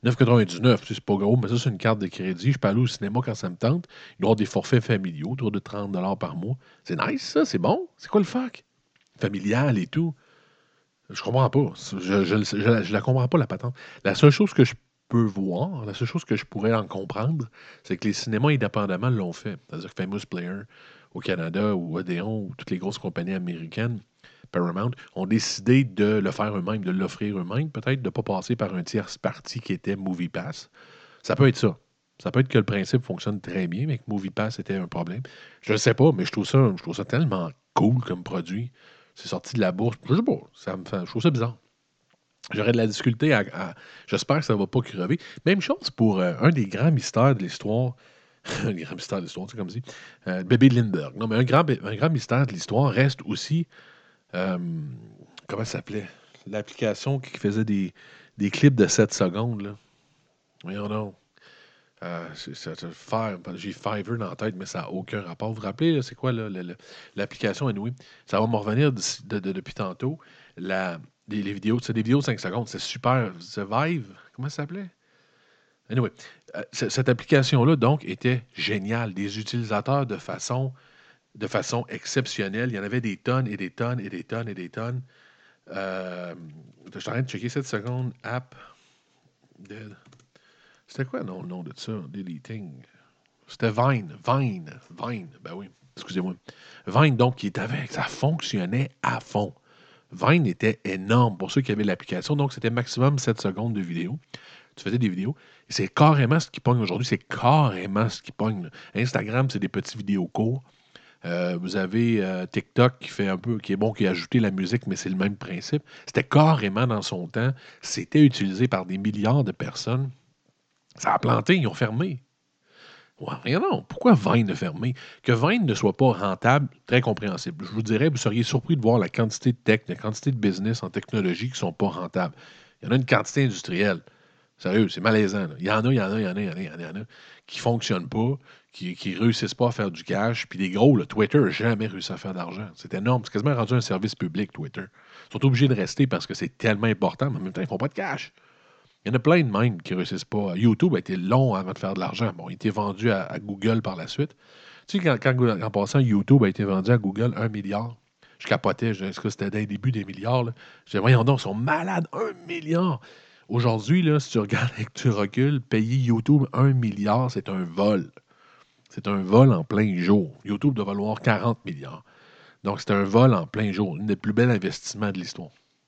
neuf quatre-vingt-dix-neuf, c'est pas gros, mais ça, c'est une carte de crédit. Je peux aller au cinéma quand ça me tente. Il doit y avoir des forfaits familiaux, autour de trente dollars par mois. C'est nice, ça, c'est bon. C'est quoi le fuck? Familial et tout. Je comprends pas. Je, je, je, je, je la comprends pas, la patente. La seule chose que je peux voir, la seule chose que je pourrais en comprendre, c'est que les cinémas indépendamment l'ont fait. C'est-à-dire que Famous Player au Canada ou Odeon ou toutes les grosses compagnies américaines, Paramount, ont décidé de le faire eux-mêmes, de l'offrir eux-mêmes, peut-être de ne pas passer par un tierce parti qui était MoviePass. Ça peut être ça. Ça peut être que le principe fonctionne très bien, mais que MoviePass était un problème. Je ne sais pas, mais je trouve ça, je trouve ça tellement cool comme produit. C'est sorti de la bourse. Je sais pas. Ça me fait, je trouve ça bizarre. J'aurais de la difficulté à. à j'espère que ça ne va pas crever. Même chose pour euh, un des grands mystères de l'histoire. Un grand mystère de l'histoire, c'est comme si. Euh, bébé Lindbergh. Non, mais un grand, un grand mystère de l'histoire reste aussi. Euh, comment ça s'appelait? L'application qui faisait des, des clips de sept secondes. Là. Voyons donc. Euh, c'est, c'est, c'est Fiverr, j'ai Fiverr dans la tête, mais ça n'a aucun rapport. Vous vous rappelez, là, c'est quoi là, le, le, l'application Anyway? Ça va me revenir de, de, de, depuis tantôt. La, les, les vidéos, c'est des vidéos de cinq secondes. C'est super. C'est Vive. Comment ça s'appelait? Anyway, euh, c- cette application-là, donc, était géniale. Des utilisateurs de façon, de façon exceptionnelle. Il y en avait des tonnes et des tonnes et des tonnes et des tonnes. Euh, je suis en train de checker cette seconde app. Dead. C'était quoi non, le nom de ça? Deleting. C'était Vine. Vine. Vine. Ben oui. Excusez-moi. Vine, donc, qui était avec. Ça fonctionnait à fond. Vine était énorme pour ceux qui avaient l'application. Donc, c'était maximum sept secondes de vidéo. Tu faisais des vidéos. Et c'est carrément ce qui pogne aujourd'hui. C'est carrément ce qui pogne. Là. Instagram, c'est des petits vidéos courts. Euh, vous avez euh, TikTok qui fait un peu, qui est bon, qui a ajouté la musique, mais c'est le même principe. C'était carrément dans son temps. C'était utilisé par des milliards de personnes. Ça a planté, ils ont fermé. Ouais, rien non. Pourquoi Vine a fermé? Que Vine ne soit pas rentable, très compréhensible. Je vous dirais, vous seriez surpris de voir la quantité de tech, la quantité de business en technologie qui ne sont pas rentables. Il y en a une quantité industrielle. Sérieux, c'est malaisant. Là. Il y en a, il y en a, il y en a, il y en a, il y en a, il y en a qui ne fonctionnent pas, qui ne réussissent pas à faire du cash. Puis les gros, là, Twitter n'a jamais réussi à faire d'argent. C'est énorme. C'est quasiment rendu un service public, Twitter. Ils sont obligés de rester parce que c'est tellement important, mais en même temps, ils ne font pas de cash. Il y en a plein de même qui ne réussissent pas. YouTube a été long avant de faire de l'argent. Bon, il a été vendu à, à Google par la suite. Tu sais, quand, quand, en passant, YouTube a été vendu à Google un milliard, je capotais. Je, est-ce que c'était dès le début des milliards? Là? Je disais, voyons donc, ils sont malades, un milliard. Aujourd'hui, là, si tu regardes et que tu recules, payer YouTube un milliard, c'est un vol. C'est un vol en plein jour. YouTube doit valoir quarante milliards. Donc, c'est un vol en plein jour. Un des plus bels investissements de l'histoire.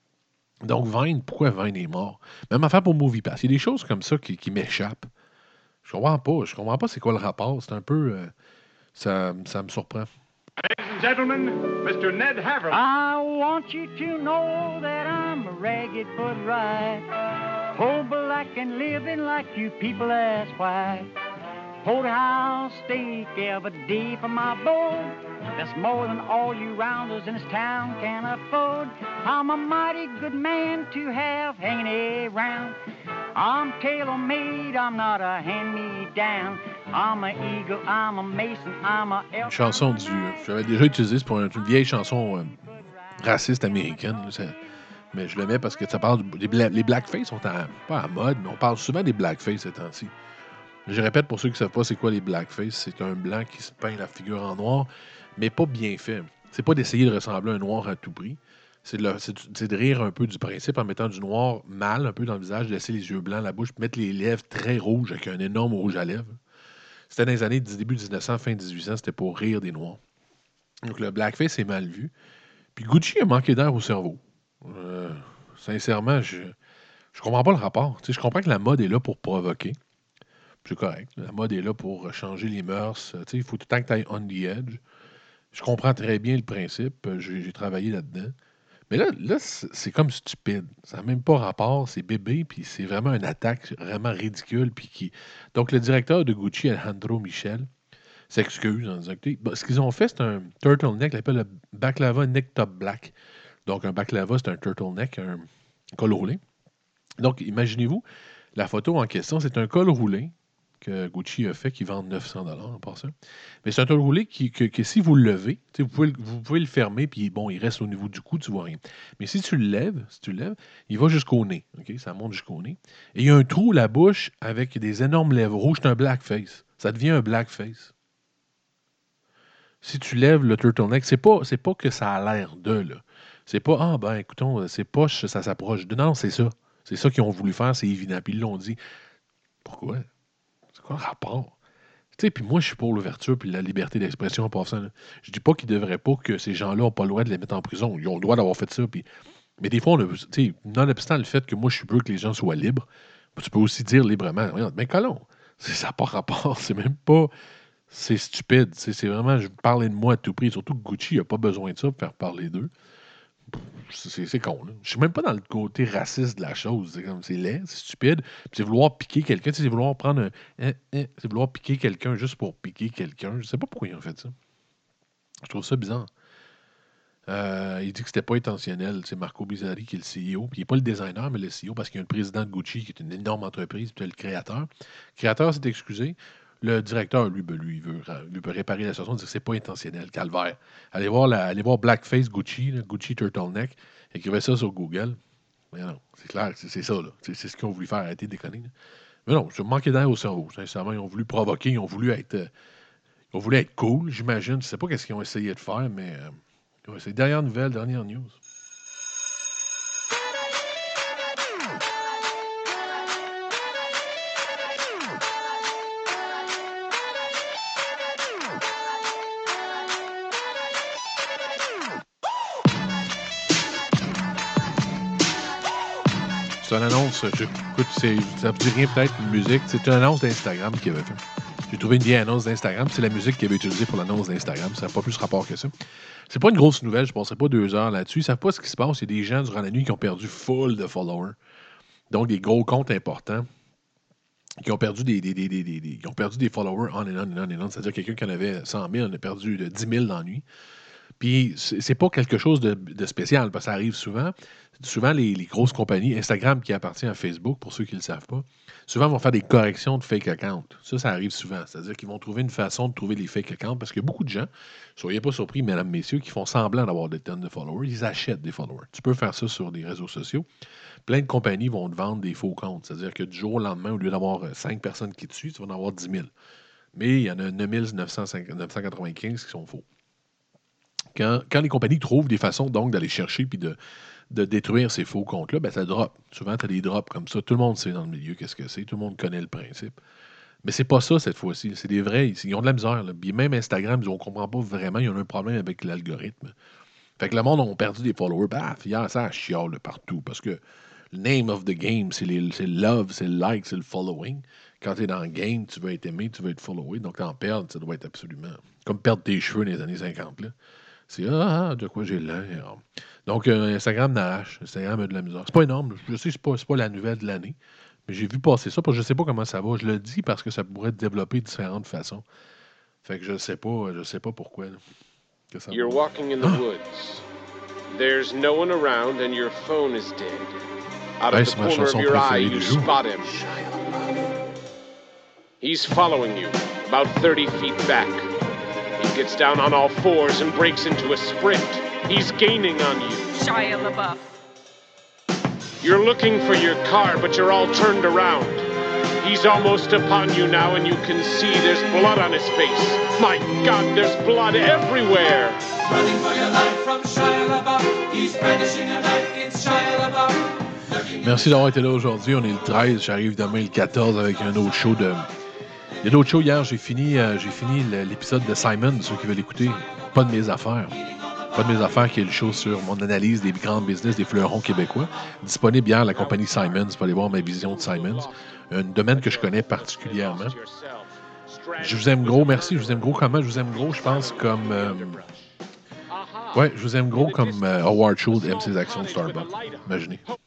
Donc, Vine, pourquoi Vine est mort? Même affaire pour MoviePass. Il y a des choses comme ça qui, qui m'échappent. Je comprends pas. Je comprends pas c'est quoi le rapport. C'est un peu... euh, ça, ça me surprend. Ladies and gentlemen, Mister Ned Haverly. I want you to know that I'm a ragged but right. Whole black and living like you people ask why. Porterhouse steak every day for my board. That's more than all you rounders in this town can afford. I'm a mighty good man to have hanging around. I'm tailor-made, I'm not a hand-me-down. I'm a eagle, I'm a mason, I'm a elf. Une chanson du... J'avais déjà utilisé, c'est pour une, une vieille chanson euh, raciste américaine. Là, ça, mais je le mets parce que ça parle... Du, les, bla, les blackface sont en, pas en mode, mais on parle souvent des blackface ces temps-ci. Je répète pour ceux qui ne savent pas c'est quoi les blackface. C'est un blanc qui se peint la figure en noir, mais pas bien fait. C'est pas d'essayer de ressembler à un noir à tout prix. C'est de, le, c'est, c'est de rire un peu du principe en mettant du noir mal un peu dans le visage, de laisser les yeux blancs, la bouche, puis mettre les lèvres très rouges avec un énorme rouge à lèvres. C'était dans les années début dix-neuf cents, fin dix-huit cents, c'était pour rire des Noirs. Donc le blackface est mal vu. Puis Gucci a manqué d'air au cerveau. Euh, sincèrement, je je comprends pas le rapport. Tu sais, je comprends que la mode est là pour provoquer. C'est correct. La mode est là pour changer les mœurs. Tu sais, il faut tout le temps que tu ailles on the edge. Je comprends très bien le principe. J'ai, j'ai travaillé là-dedans. Mais là, là c'est, c'est comme stupide. Ça n'a même pas rapport. C'est bébé, puis c'est vraiment une attaque vraiment ridicule. Puis qui... Donc, le directeur de Gucci, Alejandro Michel, s'excuse en disant que ce qu'ils ont fait, c'est un turtleneck, il appelle le baklava neck top black. Donc, un baklava, c'est un turtleneck, un col roulé. Donc, imaginez-vous, la photo en question, c'est un col roulé que Gucci a fait qui vendent neuf cents dollars en passant. Mais c'est un taux roulé qui, que, que si vous le levez, vous pouvez, vous pouvez le fermer, puis bon, il reste au niveau du cou, tu vois rien. Mais si tu le lèves, si tu le lèves, il va jusqu'au nez. Okay? Ça monte jusqu'au nez. Et il y a un trou, la bouche, avec des énormes lèvres rouges. C'est un blackface. Ça devient un blackface. Si tu lèves le turtleneck, c'est pas, c'est pas que ça a l'air de, là. C'est pas, ah ben, écoutons, c'est poche, ça s'approche de. Non, c'est ça. C'est ça qu'ils ont voulu faire, c'est évident. Puis ils l'ont dit. Pourquoi? C'est quoi le rapport? Tu sais, puis moi, je suis pour l'ouverture puis la liberté d'expression en passant. Là. Je dis pas qu'ils devraient pas, que ces gens-là n'ont pas le droit de les mettre en prison. Ils ont le droit d'avoir fait ça. Puis... Mais des fois, on a, tu sais, nonobstant le fait que moi, je suis peu que les gens soient libres, tu peux aussi dire librement, regarde, mais colon, ça n'a pas rapport. C'est même pas... C'est stupide. C'est, c'est vraiment, je parlais de moi à tout prix. Surtout que Gucci n'a pas besoin de ça pour faire parler d'eux. C'est, c'est con, là. Je suis même pas dans le côté raciste de la chose. C'est comme, c'est laid, c'est stupide. Puis c'est vouloir piquer quelqu'un. C'est vouloir prendre un... Hein, hein, c'est vouloir piquer quelqu'un juste pour piquer quelqu'un. Je sais pas pourquoi ils ont fait ça. Je trouve ça bizarre. Euh, il dit que c'était pas intentionnel. C'est Marco Bizzarri qui est le C E O. Puis il n'est pas le designer, mais le C E O, parce qu'il y a le président de Gucci qui est une énorme entreprise. Puis il y a le créateur. Le créateur s'est excusé. Le directeur, lui, ben, lui, il veut, lui veut réparer la situation, dire que c'est pas intentionnel, calvaire. Allez voir, la, allez voir Blackface Gucci, là, Gucci Turtleneck, écrivez ça sur Google. Mais non, c'est clair, c'est, c'est ça, là. C'est, c'est ce qu'ils ont voulu faire, arrêter de déconner. Là. Mais non, c'est manqué d'air au cerveau. Sincèrement, ils ont voulu provoquer, ils ont voulu être, euh, ils ont voulu être cool, j'imagine. Je sais pas qu'est-ce qu'ils ont essayé de faire, mais euh, ouais, c'est dernière nouvelle, dernière news. C'est une annonce, j'écoute, c'est, ça vous dit rien peut-être, une musique. C'est une annonce d'Instagram qui avait fait. J'ai trouvé une vieille annonce d'Instagram, c'est la musique qu'il avait utilisée pour l'annonce d'Instagram. Ça n'a pas plus rapport que ça. C'est pas une grosse nouvelle, je ne passerai pas deux heures là-dessus. Ils ne savent pas ce qui se passe. Il y a des gens durant la nuit qui ont perdu full de followers. Donc des gros comptes importants qui ont perdu des, des, des, des, des, des, qui ont perdu des followers on and on and on and on. C'est-à-dire quelqu'un qui en avait cent mille, en a perdu de dix mille dans la nuit. Puis, c'est pas quelque chose de, de spécial, parce que ça arrive souvent. Souvent, les, les grosses compagnies, Instagram qui appartient à Facebook, pour ceux qui ne le savent pas, souvent vont faire des corrections de fake accounts. Ça, ça arrive souvent. C'est-à-dire qu'ils vont trouver une façon de trouver les fake accounts, parce qu'il y a beaucoup de gens, soyez pas surpris, mesdames, messieurs, qui font semblant d'avoir des tonnes de followers. Ils achètent des followers. Tu peux faire ça sur des réseaux sociaux. Plein de compagnies vont te vendre des faux comptes. C'est-à-dire que du jour au lendemain, au lieu d'avoir cinq personnes qui te suivent, tu vas en avoir dix mille. Mais il y en a neuf mille neuf cent quatre-vingt-quinze qui sont faux. Quand, quand les compagnies trouvent des façons donc d'aller chercher puis de, de détruire ces faux comptes-là, ben ça drop. Souvent, tu as des drops comme ça. Tout le monde sait dans le milieu qu'est-ce que c'est. Tout le monde connaît le principe. Mais c'est pas ça cette fois-ci. C'est des vrais. Ils ont de la misère. Là. Puis même Instagram, ils, on comprend pas vraiment. Ils ont un problème avec l'algorithme. Fait que le monde a perdu des followers. Paf, hier, ça chiale là, partout. Parce que le name of the game, c'est, les, c'est le love, c'est le like, c'est le following. Quand tu es dans le game, tu veux être aimé, tu veux être followé. Donc, t'en perdre, ça doit être absolument... Comme perdre tes cheveux dans les années cinquante. Là. C'est ah, de quoi j'ai l'air. Donc, euh, Instagram n'arrache. Instagram a de la misère. C'est pas énorme. Je sais que c'est pas, c'est pas la nouvelle de l'année. Mais j'ai vu passer ça parce que je sais pas comment ça va. Je le dis parce que ça pourrait se développer de différentes façons. Fait que je sais pas, je sais pas pourquoi. Là, que ça You're va. walking in the Ah! woods. There's no one around and your phone is dead. Out Ouais, of the c'est ma corner chanson of your eye, préférée you du jour. spot him. He's following you, about thirty feet back. He gets down on all fours and breaks into a sprint. He's gaining on you. Shia LaBeouf. You're looking for your car, but you're all turned around. He's almost upon you now, and you can see there's blood on his face. My God, there's blood everywhere. Running for your life from Shia LaBeouf. He's brandishing a knife. It's Shia LaBeouf. Merci d'avoir été là aujourd'hui. On est le treize. J'arrive demain le quatorze avec un autre show de... Il y a d'autres shows hier. J'ai fini, euh, j'ai fini l'épisode de Simon, ceux qui veulent écouter. Pas de mes affaires. Pas de mes affaires, qui est le show sur mon analyse des grands business des fleurons québécois. Disponible hier, la compagnie Simons. Vous allez voir ma vision de Simons. Un domaine que je connais particulièrement. Je vous aime gros. Merci. Je vous aime gros. Comment je vous aime gros? Je pense comme... Euh... Ouais, je vous aime gros comme euh, Howard Schultz aime ses actions de Starbucks. Imaginez.